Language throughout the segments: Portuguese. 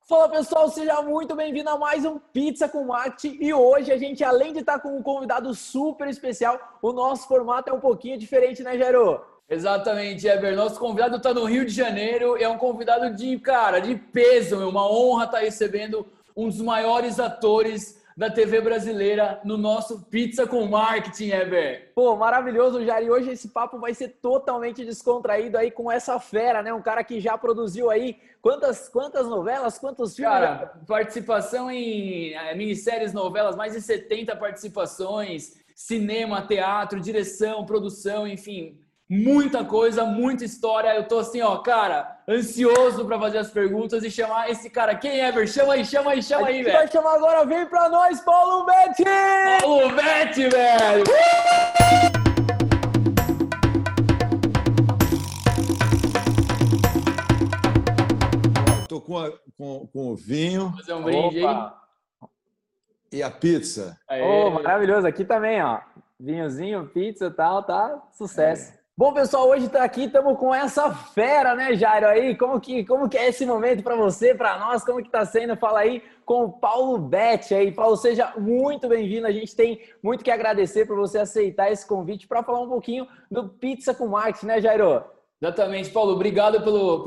Fala pessoal, seja muito bem-vindo a mais um Pizza com Marketing e hoje a gente, além de estar com um convidado super especial, o nosso formato é um pouquinho diferente, né, Jairo? Exatamente, Eber. Nosso convidado está no Rio de Janeiro e é um convidado de peso. É uma honra estar recebendo um dos maiores atores da TV brasileira no nosso Pizza com Marketing, Eber. Pô, maravilhoso, Jair. E hoje esse papo vai ser totalmente descontraído aí com essa fera, né? Um cara que já produziu aí quantas novelas, quantos filmes? Cara, participação em minisséries, novelas, mais de 70 participações, cinema, teatro, direção, produção, enfim, muita coisa, muita história. Eu tô assim, ó, cara, ansioso para fazer as perguntas e chamar esse cara. Quem é, Ever? Chama aí, A gente velho. vai chamar agora, vem pra nós, Paulo Betti! Paulo Betti, velho! Estou com o vinho Fazer um brinde aí. Opa! e a pizza. Oh, maravilhoso. Aqui também, ó. Vinhozinho, pizza e tal, tá sucesso. Bom, pessoal, hoje tá aqui, estamos com essa fera, né, Jairo? Aí, como que é esse momento para você, para nós? Como que tá sendo? Fala aí com o Paulo Betti aí. Paulo, seja muito bem-vindo. A gente tem muito que agradecer por você aceitar esse convite para falar um pouquinho do Pizza com Marketing, né, Jairo? Exatamente, Paulo. Obrigado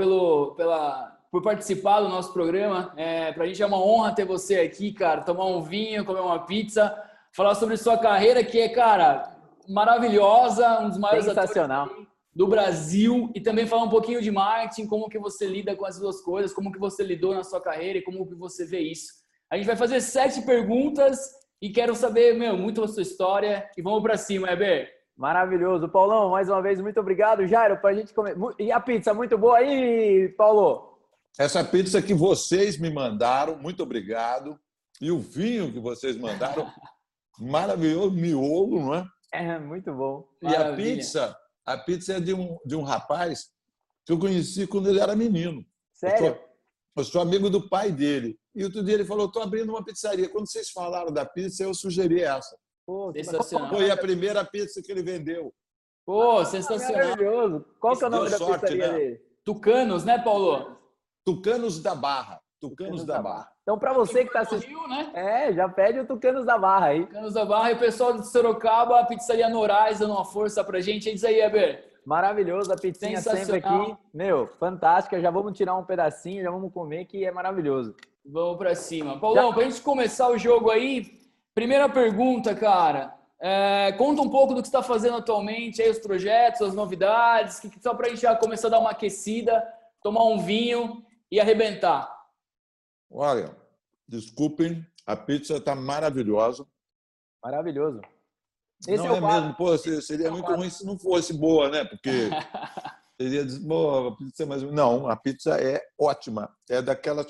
por participar do nosso programa. Para a gente é uma honra ter você aqui, cara. Tomar um vinho, comer uma pizza, falar sobre sua carreira, que é, cara, maravilhosa, um dos maiores Sensacional. atores do Brasil. E também falar um pouquinho de marketing, como que você lida com as duas coisas, como que você lidou na sua carreira e como que você vê isso. A gente vai fazer 7 perguntas e quero saber, muito a sua história. E vamos para cima, Heber. Maravilhoso. Paulão, mais uma vez, muito obrigado. Jairo, pra gente comer. E a pizza, muito boa aí, Paulo? Essa pizza que vocês me mandaram, muito obrigado. E o vinho que vocês mandaram, maravilhoso, miolo, não é? É, muito bom. E a pizza é de um rapaz que eu conheci quando ele era menino. Sério? Eu sou amigo do pai dele. E outro dia ele falou, estou abrindo uma pizzaria. Quando vocês falaram da pizza, eu sugeri essa. Pô, Sensacional. Foi a primeira pizza que ele vendeu. Pô, sensacional. Maravilhoso. Qual que é o nome da sorte, pizzaria né? dele? Tucanos, né, Paulo? Tucanos da Barra. Tucanos da Barra. Então, para você que está assistindo, Rio, né? já pede o Tucanos da Barra aí. Tucanos da Barra e o pessoal de Sorocaba, a Pizzaria Norais dando uma força pra gente. É isso aí, Eber. Maravilhoso, a pizzinha sempre aqui. Fantástica. Já vamos tirar um pedacinho, já vamos comer, que é maravilhoso. Vamos pra cima. Paulão, pra gente começar o jogo aí, primeira pergunta, cara. Conta um pouco do que você está fazendo atualmente, aí os projetos, as novidades, só pra gente já começar a dar uma aquecida, tomar um vinho e arrebentar. Olha, desculpem, a pizza está maravilhosa. Maravilhoso. Esse não é mesmo, pô, seria muito ruim se não fosse boa, né? Porque seria boa a pizza, mas não, a pizza é ótima. É daquelas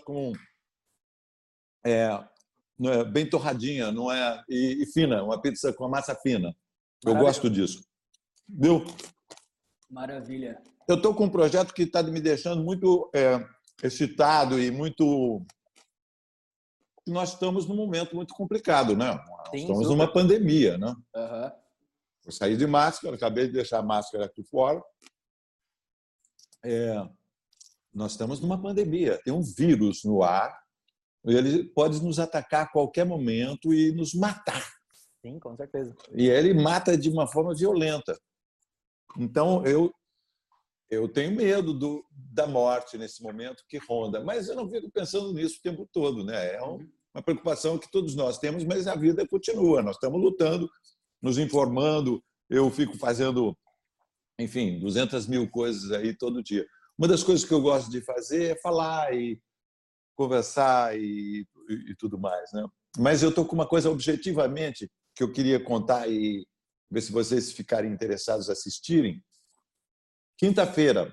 não é bem torradinha, não é e fina, uma pizza com a massa fina. Eu gosto disso. Viu? Maravilha. Eu estou com um projeto que está me deixando muito excitado e muito. Nós estamos num momento muito complicado, né? Sim, estamos numa pandemia, né? Uhum. Eu saí de máscara, acabei de deixar a máscara aqui fora. Nós estamos numa pandemia, tem um vírus no ar, ele pode nos atacar a qualquer momento e nos matar. Sim, com certeza. E ele mata de uma forma violenta. Então, eu tenho medo da morte nesse momento que ronda, mas eu não fico pensando nisso o tempo todo, né? É uma preocupação que todos nós temos, mas a vida continua. Nós estamos lutando, nos informando. Eu fico fazendo, enfim, 200 mil coisas aí todo dia. Uma das coisas que eu gosto de fazer é falar e conversar e tudo mais, né? Mas eu estou com uma coisa objetivamente que eu queria contar e ver se vocês ficarem interessados em assistirem. Quinta-feira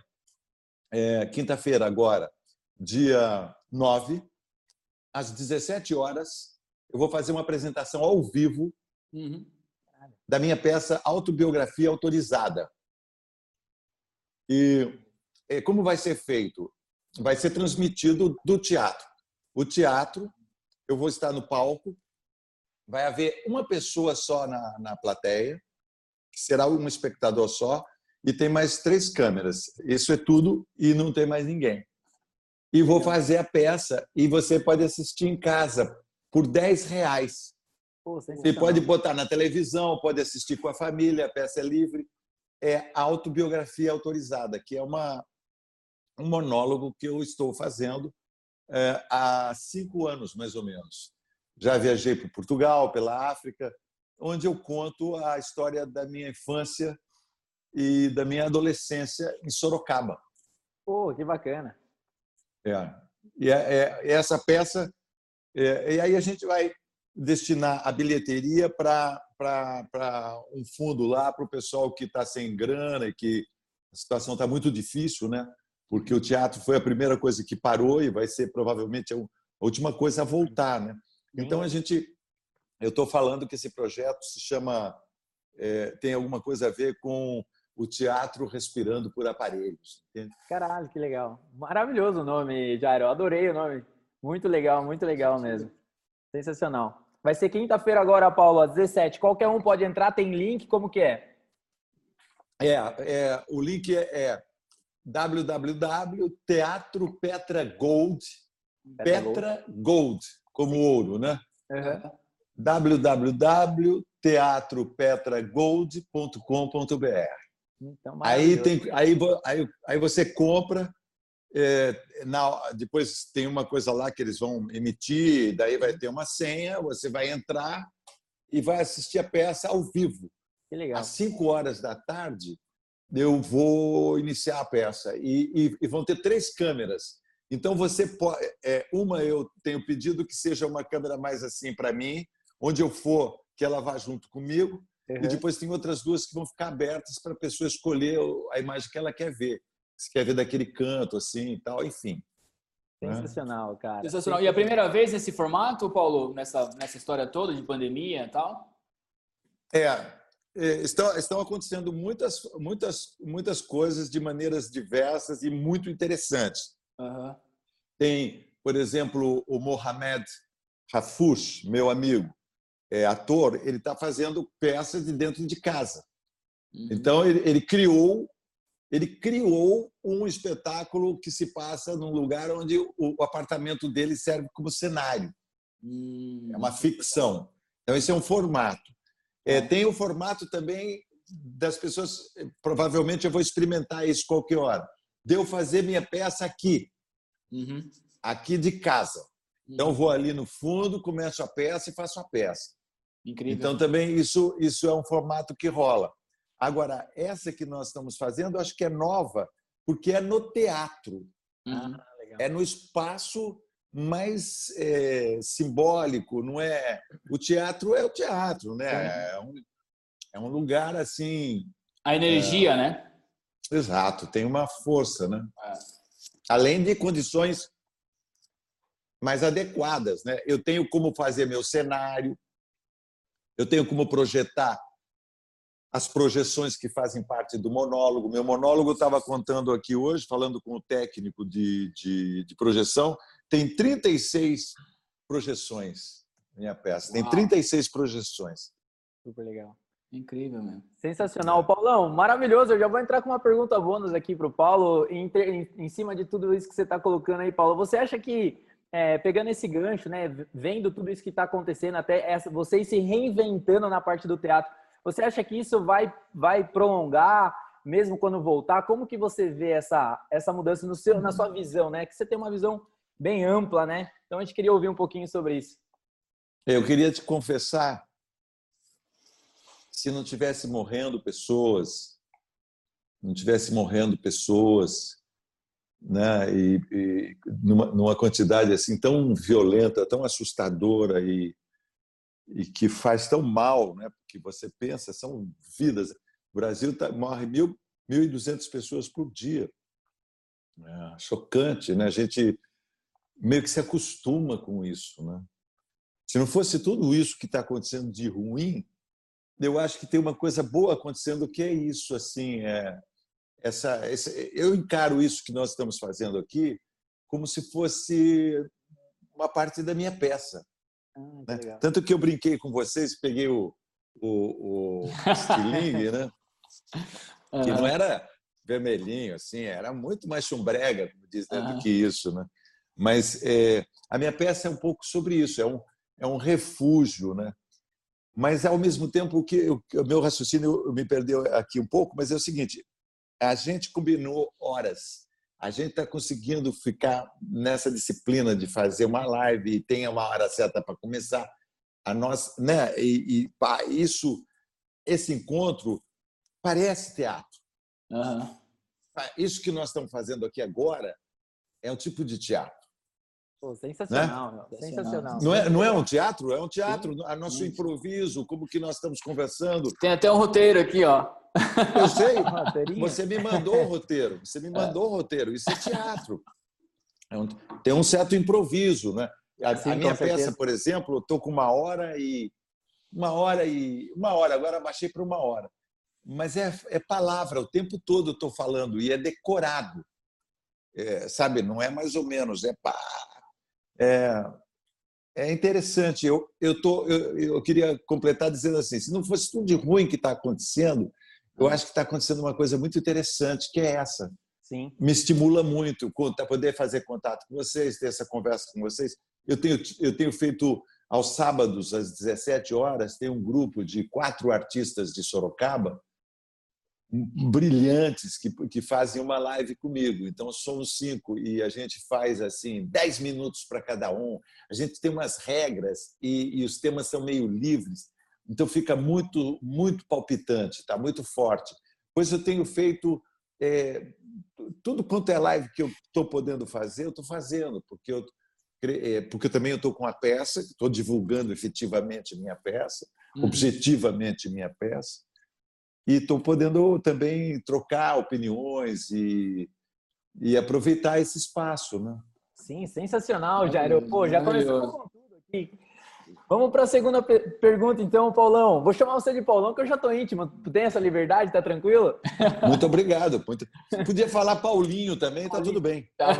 agora, dia 9, às 17 horas, eu vou fazer uma apresentação ao vivo da minha peça Autobiografia Autorizada. E como vai ser feito? Vai ser transmitido do teatro. O teatro, eu vou estar no palco, vai haver uma pessoa só na plateia, que será um espectador só, e tem mais 3 câmeras. Isso é tudo e não tem mais ninguém. e vou fazer a peça. E você pode assistir em casa por R$ 10. Pô, Você pode botar na televisão, pode assistir com a família, a peça é livre. É autobiografia autorizada, que é um monólogo que eu estou fazendo há 5 anos, mais ou menos. Já viajei por Portugal, pela África, onde eu conto a história da minha infância e da minha adolescência em Sorocaba. Pô, que bacana. E essa peça... e aí a gente vai destinar a bilheteria para um fundo lá para o pessoal que está sem grana e que a situação está muito difícil, né? Porque o teatro foi a primeira coisa que parou e vai ser provavelmente a última coisa a voltar, né? Então eu estou falando que esse projeto se chama, tem alguma coisa a ver com o teatro respirando por aparelhos. Entende? Caralho, que legal. Maravilhoso o nome, Jairo. Eu adorei o nome. Muito legal mesmo. Sensacional. Vai ser quinta-feira agora, Paulo, às 17. Qualquer um pode entrar, tem link, como que é? O link é www.teatropetragold, Petra Gold, como ouro, né? Uhum. www.teatropetragold.com.br. Então, aí você compra, depois tem uma coisa lá que eles vão emitir, daí vai ter uma senha, você vai entrar e vai assistir a peça ao vivo. Que legal. Às 5 horas da tarde, eu vou iniciar a peça e vão ter 3 câmeras. Então, você pode... uma eu tenho pedido que seja uma câmera mais assim para mim, onde eu for, que ela vá junto comigo, e depois tem outras 2 que vão ficar abertas para a pessoa escolher a imagem que ela quer ver. Se quer ver daquele canto, assim, e tal, enfim. Sensacional, cara. Sensacional. E a primeira vez nesse formato, Paulo, nessa história toda de pandemia e tal? Estão acontecendo muitas coisas de maneiras diversas e muito interessantes. Uhum. Tem, por exemplo, o Mohamed Rafouch, meu amigo, ator, ele está fazendo peças de dentro de casa. Uhum. Então, ele criou um espetáculo que se passa num lugar onde o apartamento dele serve como cenário. É uma ficção. Então, esse é um formato. Tem o formato também das pessoas... Provavelmente eu vou experimentar isso qualquer hora. De eu fazer minha peça aqui. Uhum. Aqui de casa. Então, vou ali no fundo, começo a peça e faço a peça. Incrível. Então, também isso é um formato que rola. Agora, essa que nós estamos fazendo, acho que é nova, porque é no teatro. Uhum. É no espaço mais simbólico, não é? O teatro é o teatro, né? É um lugar assim... A energia, né? Exato, tem uma força, né? Além de condições mais adequadas, né? Eu tenho como fazer meu cenário, eu tenho como projetar as projeções que fazem parte do monólogo. Meu monólogo, eu estava contando aqui hoje, falando com o técnico de projeção, tem 36 projeções, minha peça. Tem 36 projeções. Super legal. Incrível, mesmo. Sensacional. Paulão, maravilhoso. Eu já vou entrar com uma pergunta bônus aqui para o Paulo, em cima de tudo isso que você está colocando aí, Paulo. Você acha que, pegando esse gancho, né, vendo tudo isso que está acontecendo, até vocês se reinventando na parte do teatro, você acha que isso vai prolongar, mesmo quando voltar? Como que você vê essa mudança na sua visão, né? Que você tem uma visão bem ampla, né? Então, a gente queria ouvir um pouquinho sobre isso. Eu queria te confessar, se não tivesse morrendo pessoas, né? E numa quantidade assim tão violenta, tão assustadora e que faz tão mal, né? Porque você pensa, são vidas. O Brasil morre 1.200 pessoas por dia. Chocante, né? A gente meio que se acostuma com isso, né? Se não fosse tudo isso que está acontecendo de ruim, eu acho que tem uma coisa boa acontecendo, que é isso, assim, eu encaro isso que nós estamos fazendo aqui como se fosse uma parte da minha peça. Né? Tanto que eu brinquei com vocês, peguei o estilingue, né? Que não era vermelhinho, assim, era muito mais chumbrega, como diz, né, do que isso, né? Mas a minha peça é um pouco sobre isso, é um refúgio, né? Mas, ao mesmo tempo, o meu raciocínio me perdeu aqui um pouco, mas é o seguinte, a gente combinou horas, a gente está conseguindo ficar nessa disciplina de fazer uma live e tem uma hora certa para começar, a nossa, né? Esse encontro parece teatro. Uhum. Isso que nós estamos fazendo aqui agora é um tipo de teatro. Pô, sensacional, né? Sensacional. Não é um teatro? É um teatro. Sim. A nosso improviso, como que nós estamos conversando. Tem até um roteiro aqui, ó. Eu sei. Você me mandou o roteiro. Isso é teatro. Tem um certo improviso, né? A minha peça, por exemplo, eu estou com uma hora. Agora baixei para 1 hora. Mas é palavra, o tempo todo eu estou falando e é decorado. Sabe? Não é mais ou menos, é interessante. Eu queria completar dizendo assim, se não fosse tudo de ruim que está acontecendo, eu acho que está acontecendo uma coisa muito interessante, que é essa. Sim. Me estimula muito poder fazer contato com vocês, ter essa conversa com vocês. Eu tenho feito, aos sábados, às 17 horas, tem um grupo de 4 artistas de Sorocaba, brilhantes, que fazem uma live comigo. Então, somos 5 e a gente faz assim 10 minutos para cada um. A gente tem umas regras e os temas são meio livres. Então, fica muito, muito palpitante, está muito forte. Pois eu tenho feito tudo quanto é live que eu estou podendo fazer, eu estou fazendo, porque também eu estou com a peça, estou divulgando efetivamente minha peça, objetivamente minha peça. E estou podendo também trocar opiniões e aproveitar esse espaço, né? Sim, sensacional, Jairo. Pô, já começamos com tudo aqui. Vamos para a segunda pergunta, então, Paulão. Vou chamar você de Paulão, que eu já estou íntimo. Tem essa liberdade? Tá tranquilo? Muito obrigado. Podia falar Paulinho também, tá tudo bem. Tá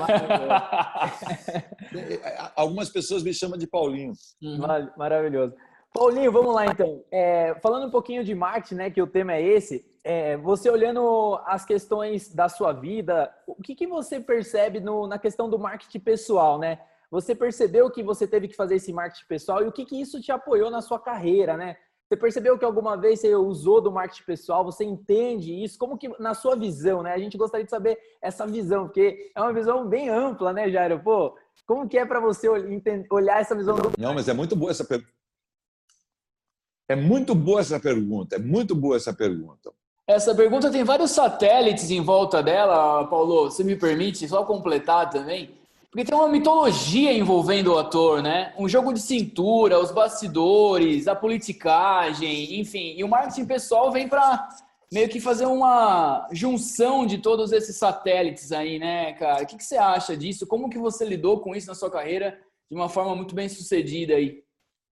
Algumas pessoas me chamam de Paulinho. Maravilhoso. Paulinho, vamos lá então. Falando um pouquinho de marketing, né, que o tema é esse, você olhando as questões da sua vida, o que você percebe na questão do marketing pessoal, né? Você percebeu que você teve que fazer esse marketing pessoal e o que isso te apoiou na sua carreira, né? Você percebeu que alguma vez você usou do marketing pessoal? Você entende isso? Como que, na sua visão, né? A gente gostaria de saber essa visão, porque é uma visão bem ampla, né, Jairo? Pô, como que é para você olhar essa visão do... Não, mas é muito boa essa pergunta. É muito boa essa pergunta. Essa pergunta tem vários satélites em volta dela, Paulo. Você me permite só completar também? Porque tem uma mitologia envolvendo o ator, né? Um jogo de cintura, os bastidores, a politicagem, enfim. E o marketing pessoal vem para meio que fazer uma junção de todos esses satélites aí, né, cara? O que você acha disso? Como que você lidou com isso na sua carreira de uma forma muito bem sucedida aí?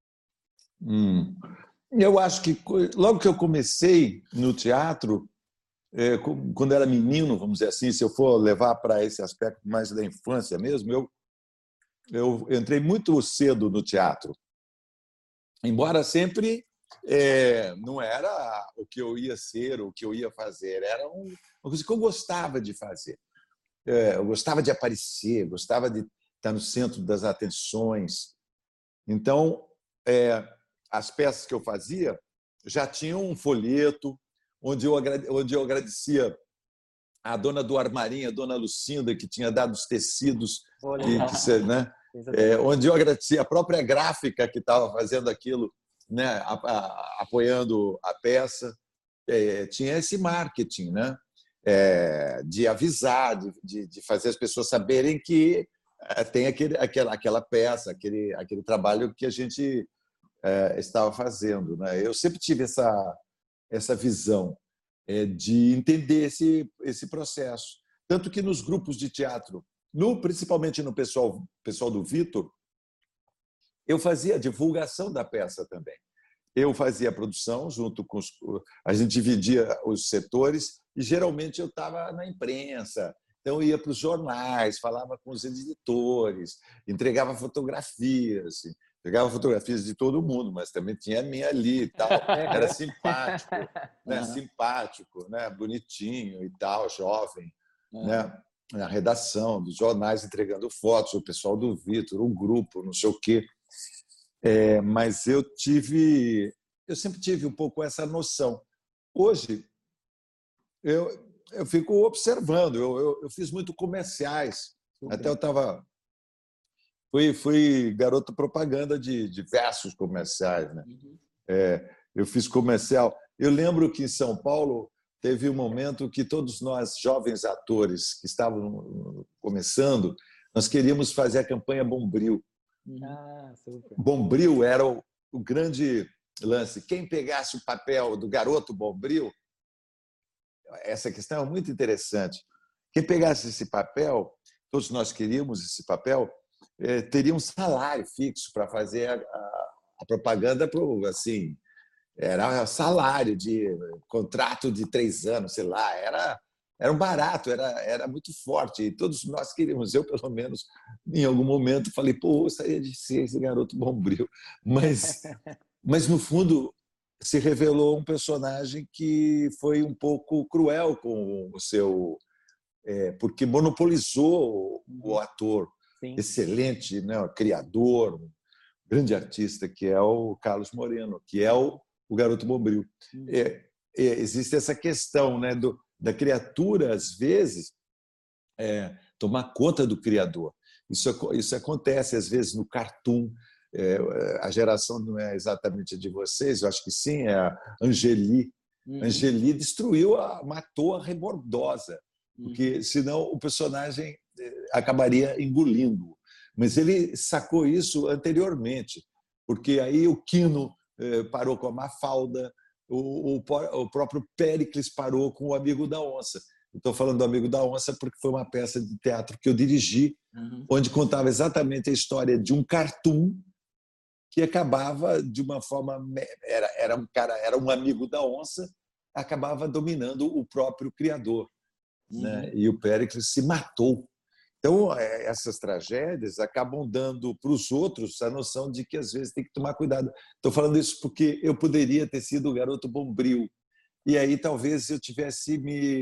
Eu acho que logo que eu comecei no teatro, quando era menino, vamos dizer assim, se eu for levar para esse aspecto mais da infância mesmo, eu entrei muito cedo no teatro. Embora sempre não era o que eu ia ser, o que eu ia fazer, era uma coisa que eu gostava de fazer. Eu gostava de aparecer, gostava de estar no centro das atenções. Então, as peças que eu fazia já tinham um folheto onde eu agradecia a dona do armarinho, a dona Lucinda, que tinha dado os tecidos, né? Onde eu agradecia a própria gráfica que estava fazendo aquilo, né? Apoiando a peça. Tinha esse marketing, né? De avisar, de fazer as pessoas saberem que tem aquela peça, aquele trabalho que a gente estava fazendo, né? Eu sempre tive essa visão de entender esse processo. Tanto que nos grupos de teatro, principalmente no pessoal do Vitor, eu fazia a divulgação da peça também. Eu fazia a produção junto com a gente dividia os setores e geralmente eu estava na imprensa. Então, eu ia para os jornais, falava com os editores, entregava fotografias, pegava fotografias de todo mundo, mas também tinha a minha ali e tal. Era simpático, né? Simpático, né? Bonitinho e tal, jovem, né? na redação dos jornais, entregando fotos, o pessoal do Vitor, um grupo, não sei o quê. Mas eu sempre tive um pouco essa noção. Hoje, eu fico observando, eu fiz muito comerciais. Até eu estava... Fui garoto propaganda de diversos comerciais, né? Eu fiz comercial. Eu lembro que em São Paulo teve um momento que todos nós, jovens atores que estavam começando, nós queríamos fazer a campanha Bombril. Super. Bombril era o grande lance. Quem pegasse o papel do garoto Bombril, essa questão é muito interessante. Quem pegasse esse papel, todos nós queríamos esse papel, teria um salário fixo para fazer a propaganda, assim, era salário de contrato de 3 anos, sei lá, era um barato, era muito forte. E todos nós queríamos, eu pelo menos, em algum momento, falei, pô, eu gostaria de ser esse garoto Bombril. Mas no fundo, se revelou um personagem que foi um pouco cruel com o seu... porque monopolizou o ator. Sim. Excelente, né? Criador, um grande artista, que é o Carlos Moreno, que é o garoto Bombril. Existe essa questão, né, da criatura, às vezes, tomar conta do criador. Isso acontece, às vezes, no cartoon. A geração não é exatamente a de vocês, eu acho que sim, é a Angeli. Angeli matou a Rebordosa, porque senão o personagem acabaria engolindo. Mas ele sacou isso anteriormente, porque aí o Quino parou com a Mafalda, o próprio Péricles parou com o Amigo da Onça. Estou falando do Amigo da Onça porque foi uma peça de teatro que eu dirigi, onde contava exatamente a história de um cartoon que acabava de uma forma... Era um amigo da onça, acabava dominando o próprio criador. Né? E o Péricles se matou. Então, essas tragédias acabam dando para os outros a noção de que, às vezes, tem que tomar cuidado. Estou falando isso porque eu poderia ter sido o garoto Bombril. E aí, talvez, eu tivesse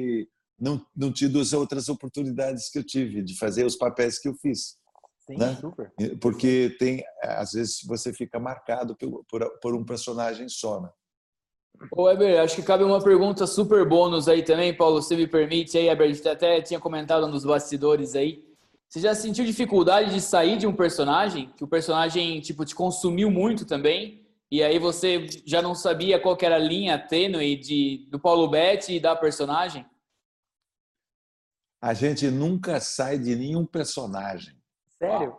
não tido as outras oportunidades que eu tive de fazer os papéis que eu fiz. Sim, né? Super. Porque, às vezes, você fica marcado por um personagem só. Né? Ô, Weber, acho que cabe uma pergunta super bônus aí também, Paulo, se me permite aí, Weber, a gente até tinha comentado nos bastidores aí. Você já sentiu dificuldade de sair de um personagem? Que o personagem, tipo, te consumiu muito também? E aí você já não sabia qual que era a linha tênue do Paulo Betti e da personagem? A gente nunca sai de nenhum personagem. Sério?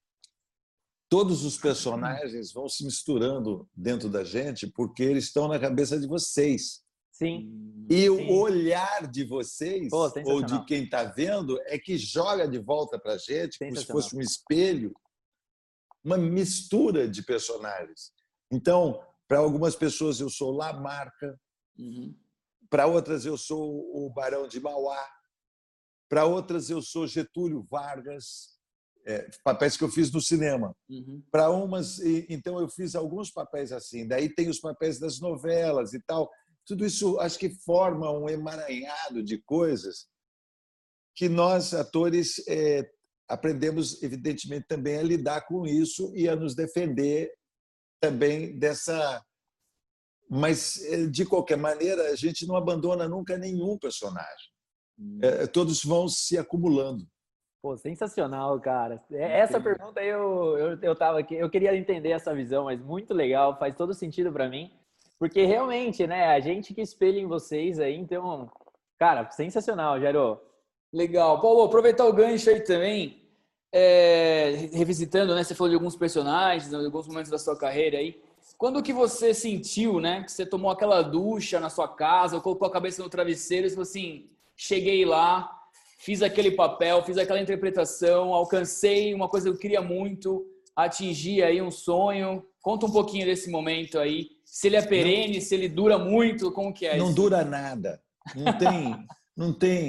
Todos os personagens vão se misturando dentro da gente porque eles estão na cabeça de vocês. Sim. E o olhar de vocês, ou de quem está vendo, é que joga de volta para a gente, como se fosse um espelho, uma mistura de personagens. Então, para algumas pessoas eu sou Lamarca, para outras eu sou o Barão de Mauá, para outras eu sou Getúlio Vargas, papéis que eu fiz no cinema. Para umas, então eu fiz alguns papéis assim. Daí tem os papéis das novelas e tal. Tudo isso acho que forma um emaranhado de coisas que nós, atores, aprendemos, evidentemente, também a lidar com isso e a nos defender também dessa... Mas, de qualquer maneira, a gente não abandona nunca nenhum personagem. Todos vão se acumulando. Pô, sensacional, cara. Essa pergunta aí eu tava aqui, eu queria entender essa visão, mas muito legal, faz todo sentido para mim, porque realmente, né, a gente que espelha em vocês aí, então, cara, sensacional, Jairo. Legal. Paulo, aproveitar o gancho aí também, revisitando, né, você falou de alguns personagens, de alguns momentos da sua carreira aí, quando que você sentiu, né, que você tomou aquela ducha na sua casa, ou colocou a cabeça no travesseiro e falou assim, cheguei lá, fiz aquele papel, fiz aquela interpretação, alcancei uma coisa que eu queria muito, atingi aí um sonho. Conta um pouquinho desse momento aí. Se ele é perene, se ele dura muito, como que é isso? Não dura nada. Não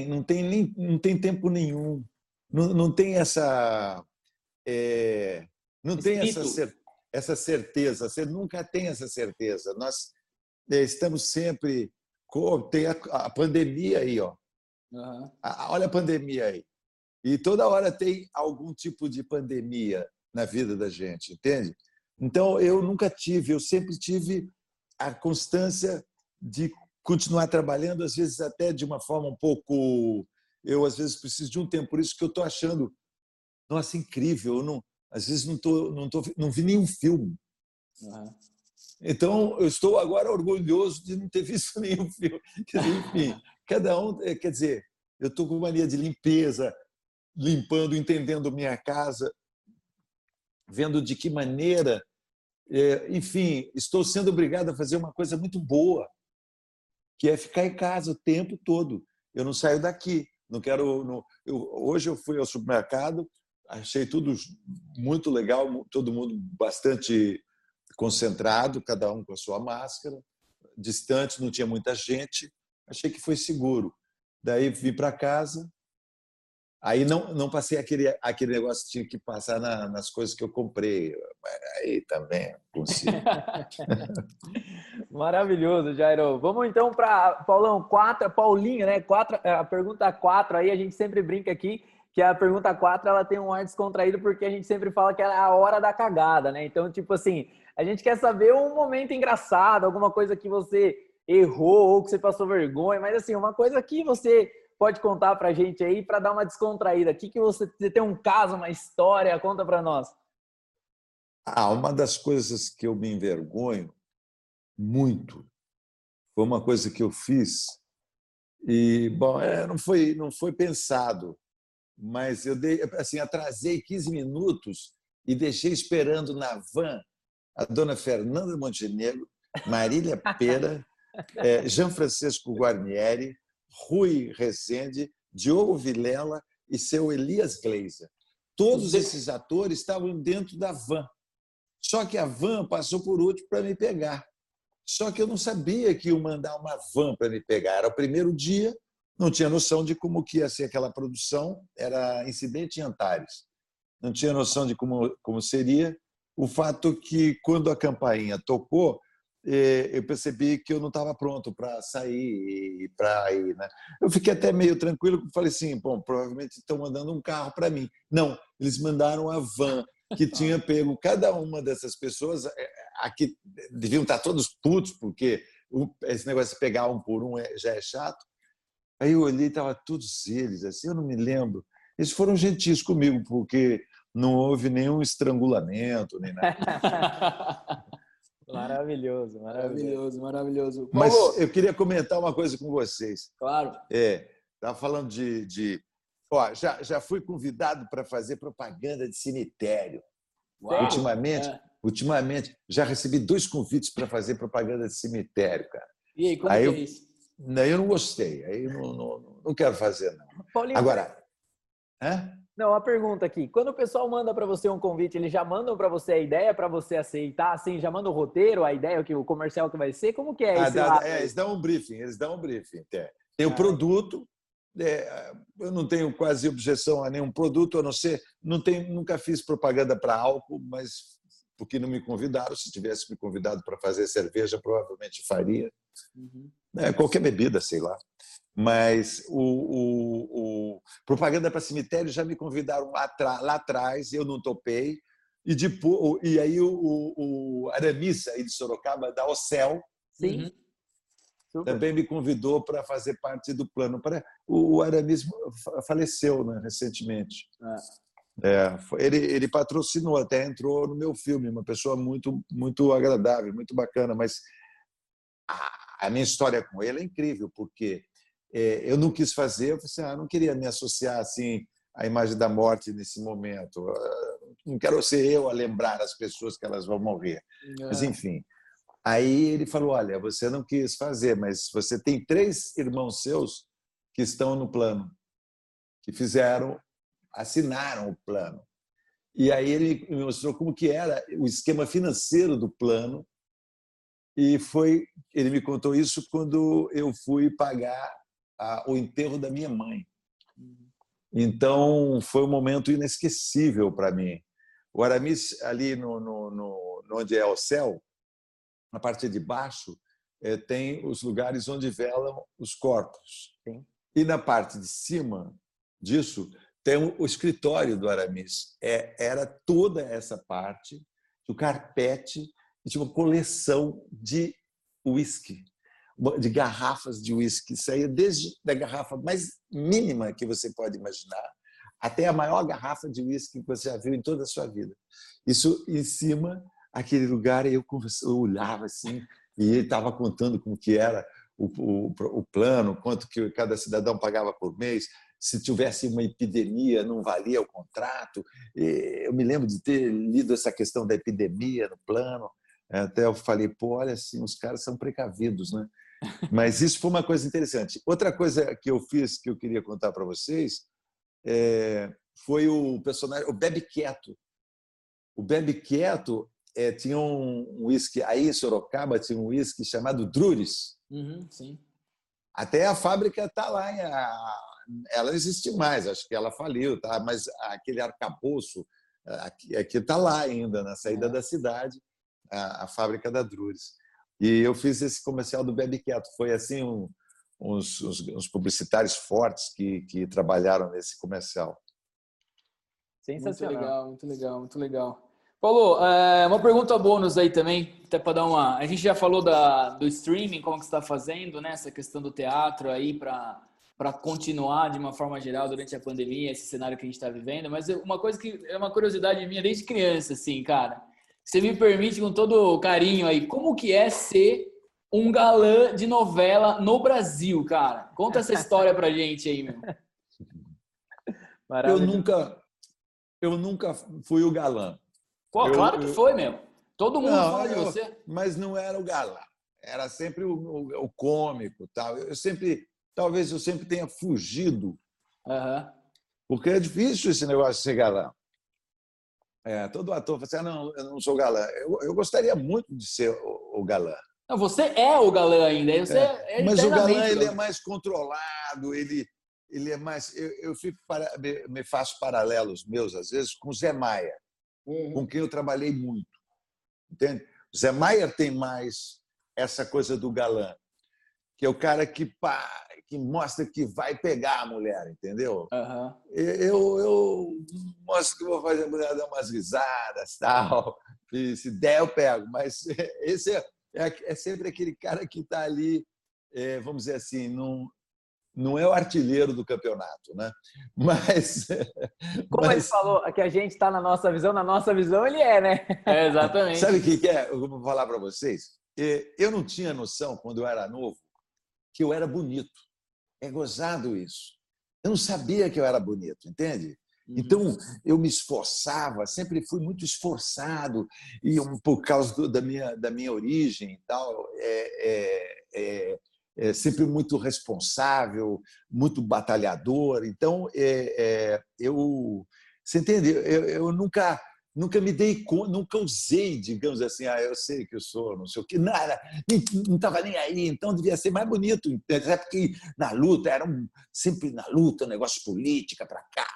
tem tempo nenhum. Não tem essa... não tem essa certeza. Você nunca tem essa certeza. Nós estamos sempre... Tem a pandemia aí, ó. Olha a pandemia aí. E toda hora tem algum tipo de pandemia na vida da gente, entende? Então, eu sempre tive a constância de continuar trabalhando, às vezes até de uma forma um pouco... Eu, às vezes, preciso de um tempo, por isso que eu estou achando, nossa, incrível, às vezes não vi nenhum filme. Uhum. Então, eu estou agora orgulhoso de não ter visto nenhum filme. Enfim, cada um... Quer dizer, eu estou com mania de limpeza, limpando, entendendo minha casa, vendo de que maneira... Enfim, estou sendo obrigado a fazer uma coisa muito boa, que é ficar em casa o tempo todo. Eu não saio daqui. Não quero. Hoje eu fui ao supermercado, achei tudo muito legal, todo mundo bastante concentrado, cada um com a sua máscara, distante, não tinha muita gente. Achei que foi seguro. Daí vim para casa. Aí não passei aquele negócio que tinha que passar nas coisas que eu comprei. Aí também consigo. Maravilhoso, Jairo. Vamos então para Paulão, 4, Paulinho, né? 4, a pergunta 4 aí, a gente sempre brinca aqui que a pergunta 4 ela tem um ar descontraído porque a gente sempre fala que é a hora da cagada, né? Então, tipo assim, a gente quer saber um momento engraçado, alguma coisa que você errou ou que você passou vergonha, mas assim, uma coisa que você pode contar pra gente aí para dar uma descontraída. Aqui que você tem um caso, uma história, conta para nós. Uma das coisas que eu me envergonho muito foi uma coisa que eu fiz e, bom, não foi pensado, mas eu atrasei 15 minutos e deixei esperando na van a dona Fernanda Montenegro, Marília Pera, Jean Francisco Guarnieri, Rui Rezende, Diogo Vilela e seu Elias Gleiser. Todos esses atores estavam dentro da van. Só que a van passou por último para me pegar. Só que eu não sabia que iam mandar uma van para me pegar. Era o primeiro dia, não tinha noção de como que ia ser aquela produção. Era Incidente em Antares. Não tinha noção de como seria. O fato que, quando a campainha tocou, eu percebi que eu não estava pronto para sair e para ir, né? Eu fiquei até meio tranquilo, porque falei assim, bom, provavelmente estão mandando um carro para mim. Não, eles mandaram a van que tinha pego cada uma dessas pessoas. Aqui deviam estar todos putos, porque esse negócio de pegar um por um já é chato. Aí eu olhei e estavam todos eles, assim, eu não me lembro. Eles foram gentis comigo, porque não houve nenhum estrangulamento, nem nada. Maravilhoso, maravilhoso. Maravilhoso. Mas Paulo, eu queria comentar uma coisa com vocês. claro. Estava falando Ó, já fui convidado para fazer propaganda de cemitério. Uau. Ultimamente, já recebi 2 convites para fazer propaganda de cemitério, cara. E aí, como que é isso? Eu não gostei, aí não quero fazer, não. Paulinho, Agora, não, uma pergunta aqui. Quando o pessoal manda para você um convite, eles já mandam para você a ideia para você aceitar, assim, já manda o roteiro, a ideia, o comercial que vai ser? Como que é esse lado? eles dão um briefing. Tem o produto, eu não tenho quase objeção a nenhum produto, a não ser, nunca fiz propaganda para álcool, mas porque não me convidaram. Se tivesse me convidado para fazer cerveja, provavelmente faria. Uhum. Qualquer bebida, sei lá. Mas propaganda para cemitério já me convidaram lá atrás, eu não topei. E aí o Aramis, aí de Sorocaba, da Ocel, Sim. também me convidou para fazer parte do plano. O Aramis faleceu, né, recentemente. Ele patrocinou, até entrou no meu filme, uma pessoa muito, muito agradável, muito bacana, mas a minha história com ele é incrível, porque eu não quis fazer, eu falei assim, não queria me associar assim à imagem da morte nesse momento. Não quero ser eu a lembrar as pessoas que elas vão morrer. Mas, enfim. Aí ele falou, olha, você não quis fazer, mas você tem 3 irmãos seus que estão no plano, que assinaram o plano. E aí ele me mostrou como que era o esquema financeiro do plano. E ele me contou isso quando eu fui pagar o enterro da minha mãe. Então, foi um momento inesquecível para mim. O Aramis, ali onde é o céu, na parte de baixo, tem os lugares onde velam os corpos. Sim. E na parte de cima disso, o escritório do Aramis era toda essa parte, o carpete, e tinha uma coleção de uísque, de garrafas de uísque. Saía desde a garrafa mais mínima que você pode imaginar até a maior garrafa de uísque que você já viu em toda a sua vida. Isso em cima, aquele lugar, eu olhava assim, e ele estava contando como que era o plano, quanto que cada cidadão pagava por mês. Se tivesse uma epidemia, não valia o contrato. Eu me lembro de ter lido essa questão da epidemia no plano. Até eu falei, pô, olha assim, os caras são precavidos, né? Mas isso foi uma coisa interessante. Outra coisa que eu fiz, que eu queria contar para vocês, foi o personagem, o Bebe Quieto. O Bebe Quieto tinha um uísque, aí em Sorocaba tinha um uísque chamado Drures. Sim. Até a fábrica está lá, ela não existe mais, acho que ela faliu, tá? Mas aquele arcabouço aqui está lá ainda, na saída da cidade, a fábrica da Drures. E eu fiz esse comercial do Bebe Quieto. Foi assim uns publicitários fortes que trabalharam nesse comercial. Sensacional. Muito legal, muito legal, muito legal. Paulo, uma pergunta bônus aí também, até para dar uma... A gente já falou do streaming, como que você está fazendo, né? Essa questão do teatro aí para continuar de uma forma geral durante a pandemia, esse cenário que a gente está vivendo. Mas uma coisa que é uma curiosidade minha desde criança, assim, cara. Você me permite, com todo carinho aí, como que é ser um galã de novela no Brasil, cara? Conta essa história pra gente aí, meu. Eu nunca fui o galã. Pô, claro que foi, meu. Todo mundo fala de você. Mas não era o galã. Era sempre o cômico, tal. Talvez eu sempre tenha fugido. Porque é difícil esse negócio de ser galã. Todo ator fala assim, não, eu não sou galã. Eu gostaria muito de ser o galã. Não, você é o galã ainda. Mas o galã ele é mais controlado, ele é mais... me faço paralelos meus, às vezes, com o Zé Maia, com quem eu trabalhei muito. Entende? O Zé Maia tem mais essa coisa do galã, que é o cara que mostra que vai pegar a mulher, entendeu? Eu mostro que vou fazer a mulher dar umas risadas, tal, e se der eu pego, mas esse é sempre aquele cara que está ali, vamos dizer assim, não é o artilheiro do campeonato, né? Mas ele falou que a gente está na nossa visão ele é, né? Exatamente. Sabe o que é? Eu vou falar para vocês. Eu não tinha noção, quando eu era novo, que eu era bonito. É gozado isso. Eu não sabia que eu era bonito, entende? Então, eu me esforçava, sempre fui muito esforçado, e por causa da minha origem e tal, sempre muito responsável, muito batalhador. Então, você entende? Eu nunca me dei conta, nunca usei, digamos assim, eu sei que eu sou, não sei o quê, nada, não estava nem aí, então devia ser mais bonito, até porque na luta, sempre na luta, negócio de política para cá,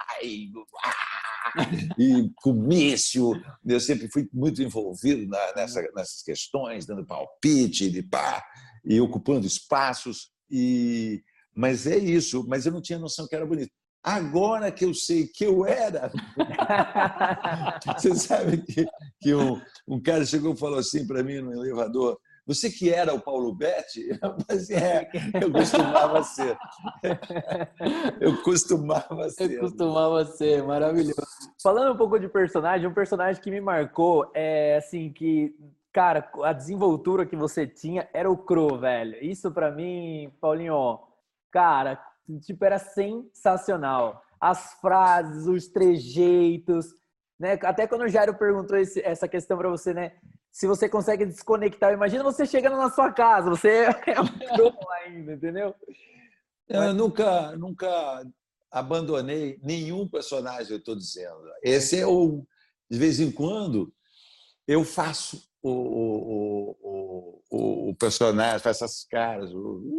e comício, eu sempre fui muito envolvido nessas questões, dando palpite, e ocupando espaços, mas é isso, mas eu não tinha noção que era bonito. Agora que eu sei que eu era... Você sabe que um cara chegou e falou assim para mim no elevador, você que era o Paulo Betti? Mas eu costumava ser. Eu costumava ser, maravilhoso. Falando um pouco de personagem, um personagem que me marcou assim, que, cara, a desenvoltura que você tinha era o Cro, velho. Isso para mim, Paulinho, cara, tipo, era sensacional. As frases, os trejeitos, né? Até quando o Jairo perguntou essa questão para você, né? Se você consegue desconectar, imagina você chegando na sua casa, você é um Cro ainda, entendeu? Eu nunca abandonei nenhum personagem, eu estou dizendo. Esse é de vez em quando eu faço o personagem, faço essas caras.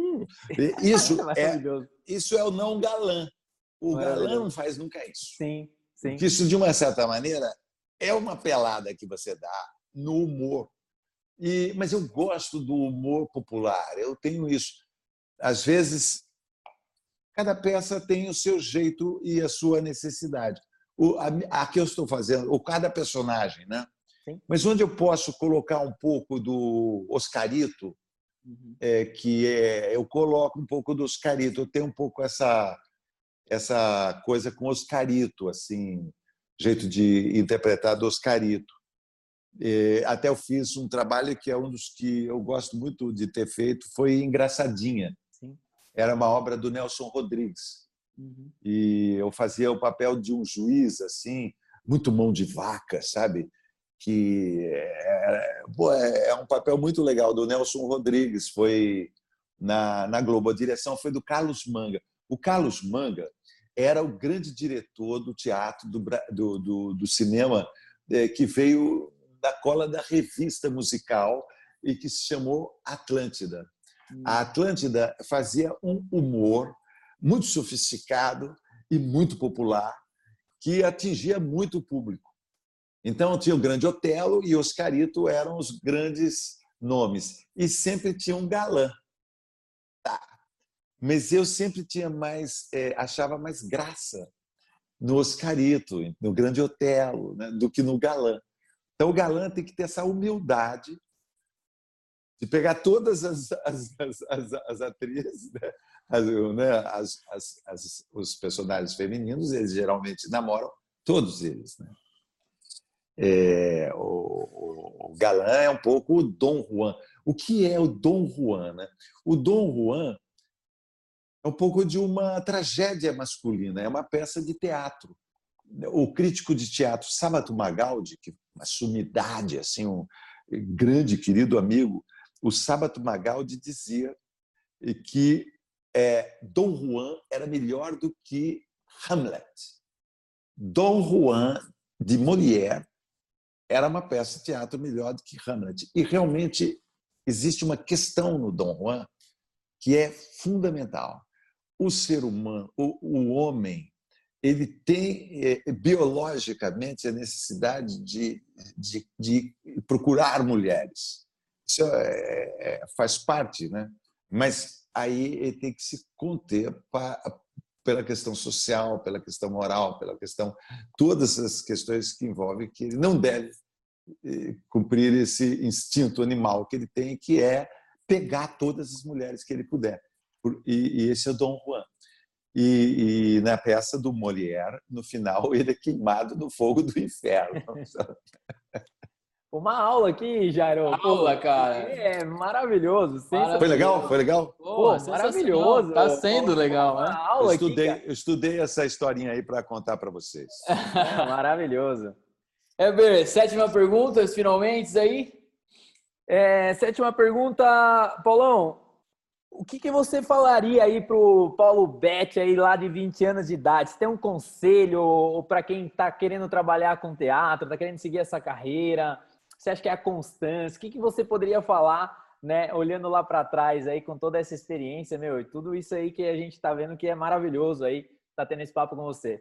Isso é o não galã. O galã não faz nunca isso. Sim. Porque isso, de uma certa maneira, é uma pelada que você dá no humor. Mas eu gosto do humor popular, eu tenho isso. Às vezes, Cada peça tem o seu jeito e a sua necessidade. A que eu estou fazendo, ou cada personagem, né? Sim. Mas onde eu posso colocar um pouco do Oscarito, eu coloco um pouco do Oscarito. Eu tenho um pouco essa coisa com Oscarito, assim, jeito de interpretar do Oscarito. Até eu fiz um trabalho que é um dos que eu gosto muito de ter feito, foi Engraçadinha. Sim. Era uma obra do Nelson Rodrigues. E eu fazia o papel de um juiz, assim, muito mão de vaca, sabe? Que é um papel muito legal do Nelson Rodrigues. Foi na Globo. A direção foi do Carlos Manga. O Carlos Manga era o grande diretor do teatro, do cinema, que veio da cola da revista musical e que se chamou Atlântida. A Atlântida fazia um humor muito sofisticado e muito popular que atingia muito o público. Então, tinha o Grande Otelo e Oscarito eram os grandes nomes. E sempre tinha um galã. Mas eu sempre achava mais graça no Oscarito, no Grande Otelo, né, do que no galã. Então, o galã tem que ter essa humildade de pegar todas as atrizes, os personagens femininos, eles geralmente namoram todos eles, né? O galã é um pouco o Dom Juan. O que é o Dom Juan, né? O Dom Juan é um pouco de uma tragédia masculina, é uma peça de teatro. O crítico de teatro Sábato Magaldi, que é uma sumidade, assim, um grande querido amigo, o Sábato Magaldi dizia que Dom Juan era melhor do que Hamlet. Dom Juan, de Molière, era uma peça de teatro melhor do que Hamlet. E realmente existe uma questão no Dom Juan que é fundamental. O ser humano, o homem, ele tem biologicamente a necessidade de procurar mulheres. Isso faz parte, né? Mas aí ele tem que se conter pela questão social, pela questão moral, pela questão, todas as questões que envolvem que ele não deve cumprir esse instinto animal que ele tem, que é pegar todas as mulheres que ele puder. E esse é o Dom Juan. E na peça do Molière, no final, ele é queimado no fogo do inferno. Uma aula aqui, Jairo. Aula, cara. É maravilhoso. Foi legal? Foi legal? Pô, maravilhoso. Tá sendo legal, né? Aula eu estudei essa historinha aí para contar para vocês. Maravilhoso. Heber, sétima pergunta, finalmente aí? Sétima pergunta, Paulão. O que você falaria aí pro Paulo Betti aí lá de 20 anos de idade? Você tem um conselho para quem está querendo trabalhar com teatro, está querendo seguir essa carreira? Você acha que é a constância? O que você poderia falar, né, olhando lá para trás aí com toda essa experiência, meu, e tudo isso aí que a gente está vendo que é maravilhoso aí, tá tendo esse papo com você?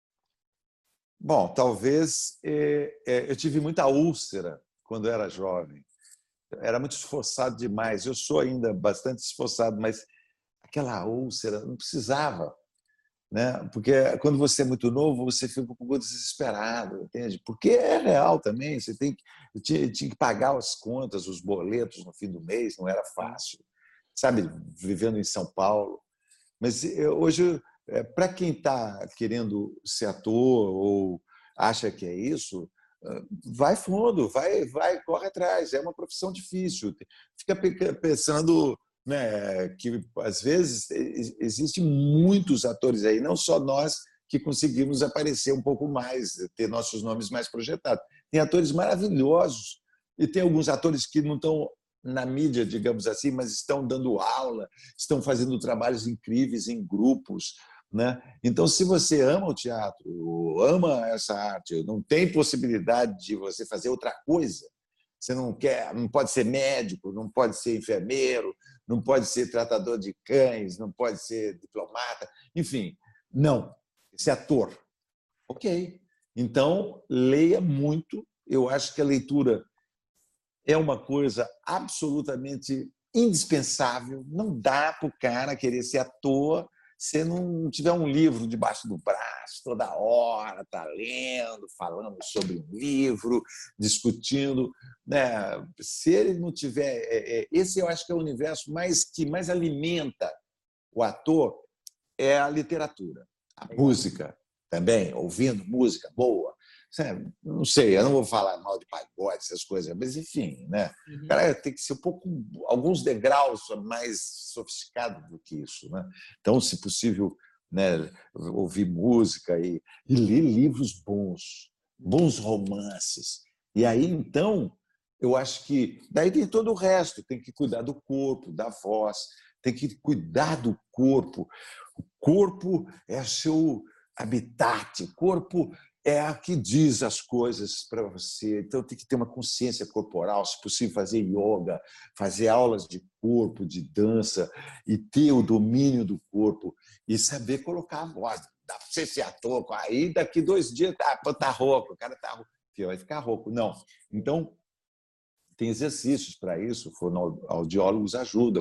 Bom, talvez eu tive muita úlcera quando era jovem. Era muito esforçado demais. Eu sou ainda bastante esforçado, mas aquela úlcera não precisava, né? Porque quando você é muito novo, você fica um pouco desesperado, entende? Porque é real também. Eu tinha que pagar as contas, os boletos no fim do mês, não era fácil, sabe? Vivendo em São Paulo. Mas hoje, para quem está querendo ser ator ou acha que é isso, vai fundo, corre atrás. É uma profissão difícil. Fica pensando, né, que às vezes existem muitos atores aí, não só nós que conseguimos aparecer um pouco mais, ter nossos nomes mais projetados. Tem atores maravilhosos e tem alguns atores que não estão na mídia, digamos assim, mas estão dando aula, estão fazendo trabalhos incríveis em grupos, né? Então, se você ama o teatro, ama essa arte, não tem possibilidade de você fazer outra coisa, você não pode ser médico, não pode ser enfermeiro, não pode ser tratador de cães, não pode ser diplomata, enfim, não, ser ator. Ok. Então, leia muito. Eu acho que a leitura é uma coisa absolutamente indispensável. Não dá para o cara querer ser ator você não tiver um livro debaixo do braço, toda hora está lendo, falando sobre um livro, discutindo, né? Se ele não tiver... esse eu acho que é o universo que mais alimenta o ator, é a literatura, a música também, ouvindo música boa. Não sei, eu não vou falar mal de pagode, essas coisas, mas enfim, né? O cara tem que ser alguns degraus mais sofisticado do que isso, né? Então, se possível, né, ouvir música e ler livros bons romances. E aí, então, eu acho que daí tem todo o resto, tem que cuidar do corpo, da voz, tem que cuidar do corpo. O corpo é seu habitat, o corpo é a que diz as coisas para você. Então, tem que ter uma consciência corporal, se possível, fazer yoga, fazer aulas de corpo, de dança, e ter o domínio do corpo e saber colocar a voz. Dá para você ser ator, aí daqui 2 dias tá rouco, o cara tá rouco, vai ficar rouco. Não. Então, tem exercícios para isso, fonoaudiólogos ajudam.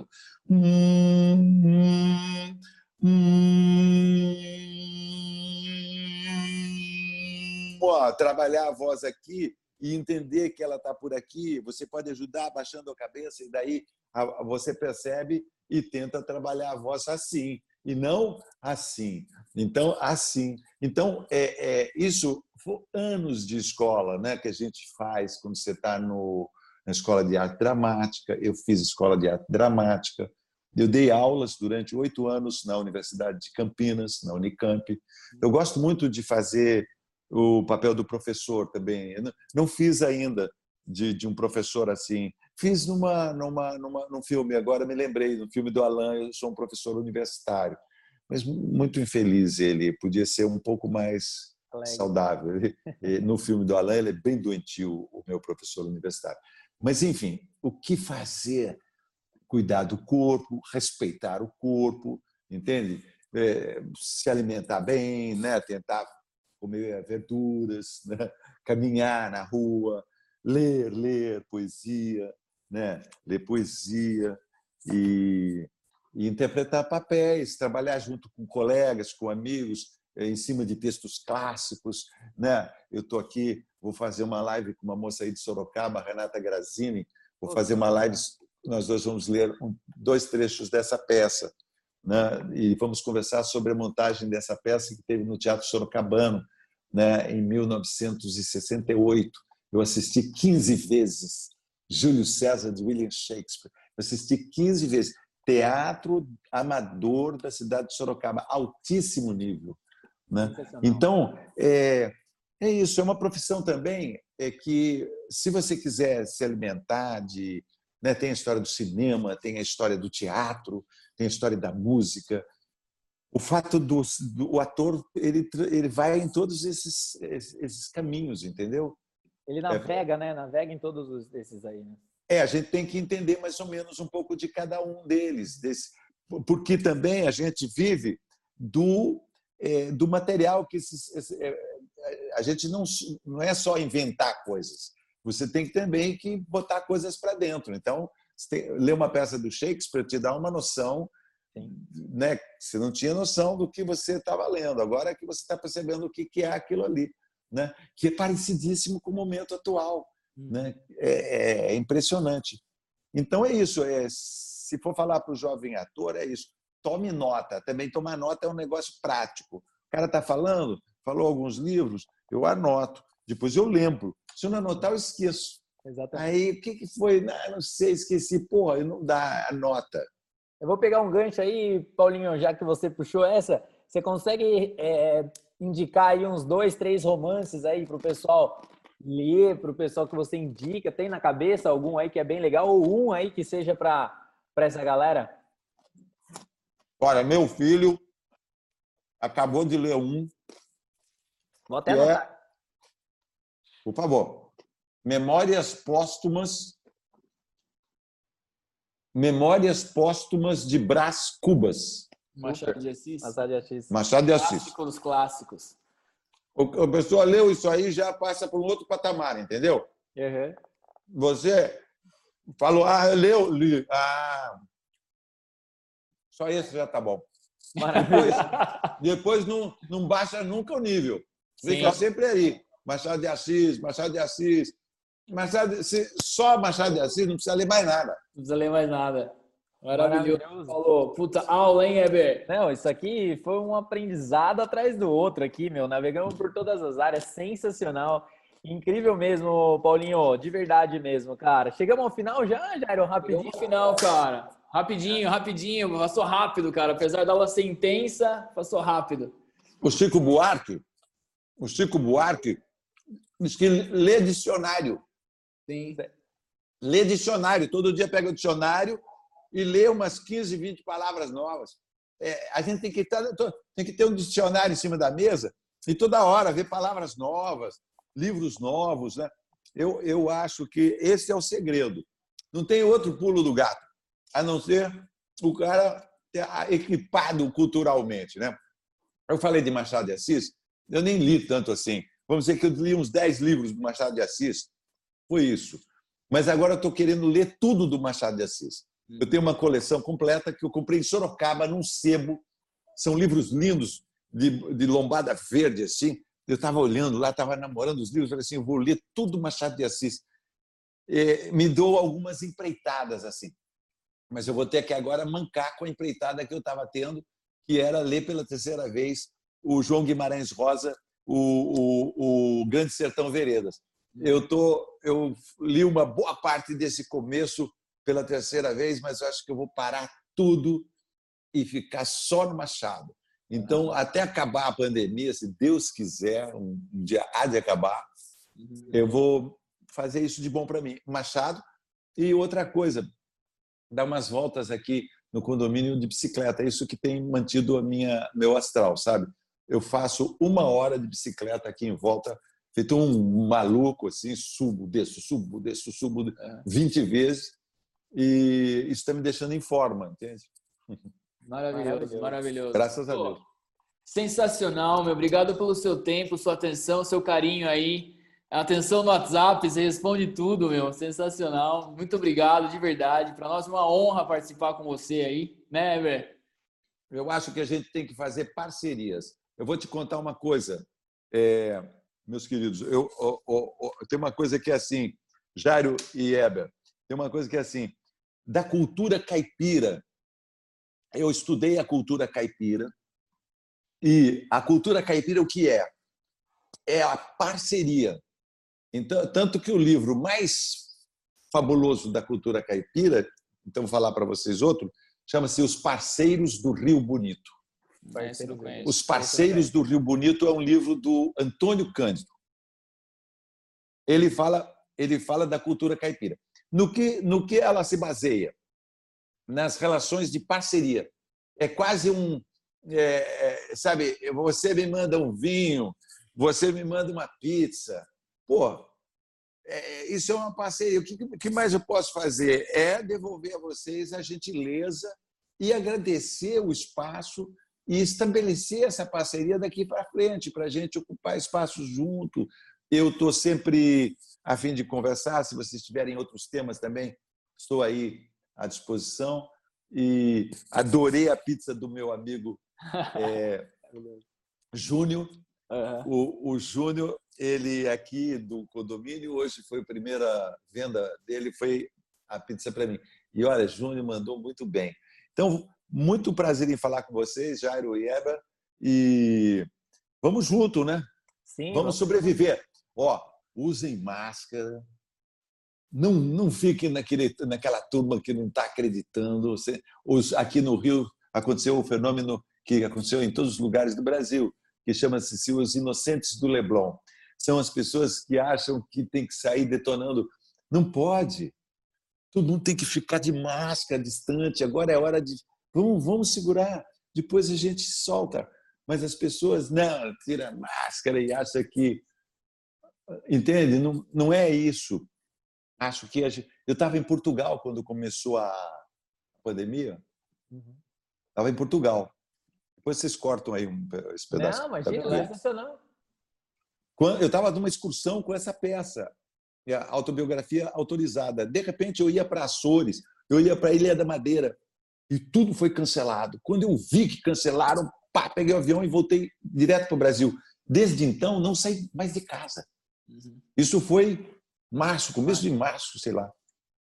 Trabalhar a voz aqui e entender que ela está por aqui, você pode ajudar abaixando a cabeça e daí você percebe e tenta trabalhar a voz assim e não assim. Então, assim. Então, isso foi anos de escola, né, que a gente faz quando você está na escola de arte dramática. Eu fiz escola de arte dramática. Eu dei aulas durante 8 anos na Universidade de Campinas, na Unicamp. Eu gosto muito de fazer o papel do professor também. Eu não fiz ainda de um professor assim. Fiz num filme, agora me lembrei, no filme do Alain, eu sou um professor universitário. Mas muito infeliz ele, podia ser um pouco mais saudável. No filme do Alain, ele é bem doentio, o meu professor universitário. Mas, enfim, o que fazer? Cuidar do corpo, respeitar o corpo, entende? Se alimentar bem, né? Tentar comer verduras, né? Caminhar na rua, ler poesia, né? Ler poesia e interpretar papéis, trabalhar junto com colegas, com amigos, em cima de textos clássicos, né? Eu estou aqui, vou fazer uma live com uma moça aí de Sorocaba, Renata Grazini, vou fazer uma live, nós dois vamos ler 2 trechos dessa peça, né? E vamos conversar sobre a montagem dessa peça que teve no Teatro Sorocabano, né? Em 1968. Eu assisti 15 vezes Júlio César de William Shakespeare. Eu assisti 15 vezes. Teatro amador da cidade de Sorocaba, altíssimo nível, né? Então, é isso, é uma profissão também que, se você quiser se alimentar né, tem a história do cinema, tem a história do teatro, tem a história da música. O fato do ator, ele vai em todos esses caminhos, entendeu? Ele navega, né? Navega em todos esses aí, né? A gente tem que entender mais ou menos um pouco de cada um deles, porque também a gente vive do material que a gente não é só inventar coisas, você tem também que botar coisas para dentro. Então, ler uma peça do Shakespeare te dá uma noção, né? Você não tinha noção do que você estava lendo, agora é que você está percebendo o que é aquilo ali, né? Que é parecidíssimo com o momento atual. Né? É impressionante. Então é isso. Se for falar para o jovem ator, é isso. Tome nota. Também tomar nota é um negócio prático. O cara está falou alguns livros, eu anoto. Depois eu lembro. Se eu não anotar, eu esqueço. Exatamente. Aí o que foi? Não sei, esqueci. Porra, não dá a nota. Eu vou pegar um gancho aí, Paulinho, já que você puxou essa. Você consegue indicar aí uns 2, 3 romances aí para o pessoal ler, para o pessoal que você indica? Tem na cabeça algum aí que é bem legal ou um aí que seja para essa galera? Olha, meu filho acabou de ler um. Vou até anotar. Por favor, Memórias Póstumas de Brás Cubas. Machado de Assis. Machado de Assis. Clássico dos clássicos. A pessoa leu isso aí já passa para um outro patamar, entendeu? Uhum. Você falou, li. Só esse já tá bom. Maravilha. Depois não baixa nunca o nível. Fica sempre aí. Machado de Assis, Machado de Assis. Só Machado de Assis, não precisa ler mais nada. Não precisa ler mais nada. Maravilhoso. Falou. Puta aula, hein, Heber? Não, isso aqui foi um aprendizado atrás do outro aqui, meu. Navegamos por todas as áreas. Sensacional. Incrível mesmo, Paulinho. De verdade mesmo, cara. Chegamos ao final já, Jairo? Rapidinho. Chegamos ao final, cara. Rapidinho. Passou rápido, cara. Apesar da aula ser intensa, passou rápido. O Chico Buarque diz que lê dicionário. Sim. Lê dicionário. Todo dia pega o dicionário e lê umas 15, 20 palavras novas. A gente tem que ter um dicionário em cima da mesa e toda hora ver palavras novas, livros novos, né? Eu acho que esse é o segredo. Não tem outro pulo do gato, a não ser o cara equipado culturalmente, né? Eu falei de Machado de Assis, eu nem li tanto assim. Vamos dizer que eu li uns 10 livros do Machado de Assis. Foi isso. Mas agora eu estou querendo ler tudo do Machado de Assis. Eu tenho uma coleção completa que eu comprei em Sorocaba, num sebo. São livros lindos, de lombada verde, assim. Eu estava olhando lá, estava namorando os livros, falei assim, eu vou ler tudo Machado de Assis. Me dou algumas empreitadas, assim. Mas eu vou ter que agora mancar com a empreitada que eu estava tendo, que era ler pela terceira vez o João Guimarães Rosa, o Grande Sertão Veredas. Eu li uma boa parte desse começo pela terceira vez, mas eu acho que eu vou parar tudo e ficar só no Machado. Então, até acabar a pandemia, se Deus quiser, um dia há de acabar, eu vou fazer isso de bom para mim. Machado. E outra coisa, dar umas voltas aqui no condomínio de bicicleta. É isso que tem mantido meu astral, sabe? Eu faço 1 hora de bicicleta aqui em volta, feito um maluco, assim, subo, desço, 20 vezes. E isso está me deixando em forma, entende? Maravilhoso. Graças a Deus. Sensacional, meu. Obrigado pelo seu tempo, sua atenção, seu carinho aí. Atenção no WhatsApp, você responde tudo, meu. Sensacional. Muito obrigado, de verdade. Para nós é uma honra participar com você aí, né, Heber? Eu acho que a gente tem que fazer parcerias. Eu vou te contar uma coisa, meus queridos. Tem uma coisa que é assim, Jairo e Heber, tem uma coisa que é assim, da cultura caipira. Eu estudei a cultura caipira, e a cultura caipira o que é? É a parceria. Então, tanto que o livro mais fabuloso da cultura caipira, então vou falar para vocês outro, chama-se Os Parceiros do Rio Bonito. Os Parceiros do Rio Bonito é um livro do Antônio Cândido. Ele fala da cultura caipira. No que ela se baseia? Nas relações de parceria. É quase sabe, você me manda um vinho, você me manda uma pizza. Pô, isso é uma parceria. O que mais eu posso fazer? É devolver a vocês a gentileza e agradecer o espaço e estabelecer essa parceria daqui para frente, para a gente ocupar espaço junto. Eu estou sempre a fim de conversar. Se vocês tiverem outros temas também, estou aí à disposição. E adorei a pizza do meu amigo Júnior. O Júnior, ele aqui do condomínio, hoje foi a primeira venda dele, foi a pizza para mim. E olha, Júnior mandou muito bem. Então, muito prazer em falar com vocês, Jairo e Heber. E vamos junto, né? Sim, vamos sobreviver. Usem máscara. Não fiquem naquela turma que não está acreditando. Aqui no Rio aconteceu um fenômeno que aconteceu em todos os lugares do Brasil, que chama-se os inocentes do Leblon. São as pessoas que acham que tem que sair detonando. Não pode. Todo mundo tem que ficar de máscara, distante. Agora é hora de... Vamos segurar. Depois a gente solta. Mas as pessoas, não, tira a máscara e acha que... Entende? Não é isso. Acho que... Eu estava em Portugal quando começou a pandemia. Estava em Portugal. Depois vocês cortam aí esse pedaço. Não, imagina, é sensacional. Eu estava numa excursão com essa peça, a autobiografia autorizada. De repente, eu ia para Açores, eu ia para a Ilha da Madeira. E tudo foi cancelado. Quando eu vi que cancelaram, pá, peguei o avião e voltei direto para o Brasil. Desde então, não saí mais de casa. Isso foi março, começo de março, sei lá.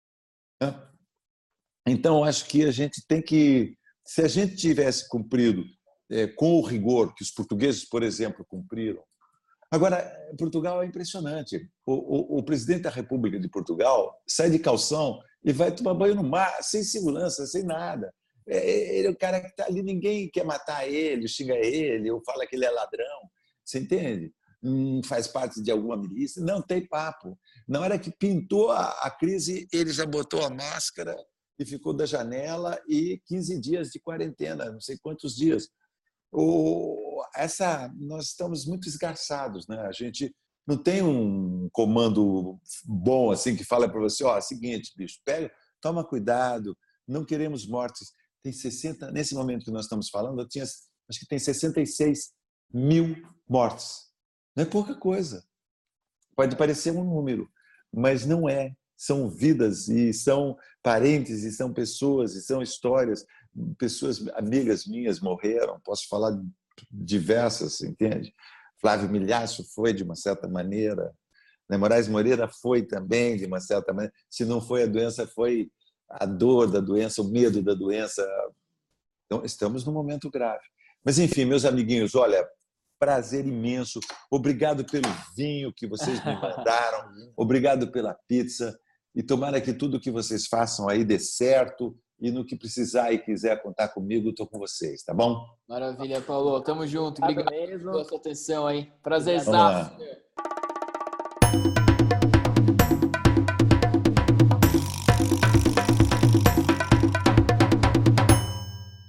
Então, acho que a gente tem que... Se a gente tivesse cumprido com o rigor que os portugueses, por exemplo, cumpriram. Agora, Portugal é impressionante. O presidente da República de Portugal sai de calção e vai tomar banho no mar, sem segurança, sem nada. Ele é o cara que está ali, ninguém quer matar ele, xinga ele, ou fala que ele é ladrão. Você entende? Faz parte de alguma milícia. Não tem papo. Na hora que pintou a crise, ele já botou a máscara e ficou da janela e 15 dias de quarentena, não sei quantos dias. Nós estamos muito esgarçados, né? A gente não tem um comando bom assim que fala para você, ó, seguinte, bicho, pega, toma cuidado, não queremos mortes. Tem 60, nesse momento que nós estamos falando, acho que tem 66 mil mortes. Não é pouca coisa. Pode parecer um número, mas não é. São vidas e são parentes e são pessoas e são histórias. Pessoas, amigas minhas morreram, posso falar diversas, entende? Flávio Milhaço foi de uma certa maneira, né? Moraes Moreira foi também de uma certa maneira. Se não foi a doença, foi a dor da doença, o medo da doença. Então, estamos num momento grave. Mas, enfim, meus amiguinhos, olha, prazer imenso. Obrigado pelo vinho que vocês me mandaram. Obrigado pela pizza. E tomara que tudo que vocês façam aí dê certo. E no que precisar e quiser contar comigo, estou com vocês, tá bom? Maravilha, Paulo. Tamo junto. Obrigado pela sua atenção aí. Vamos Prazerzaço. lá.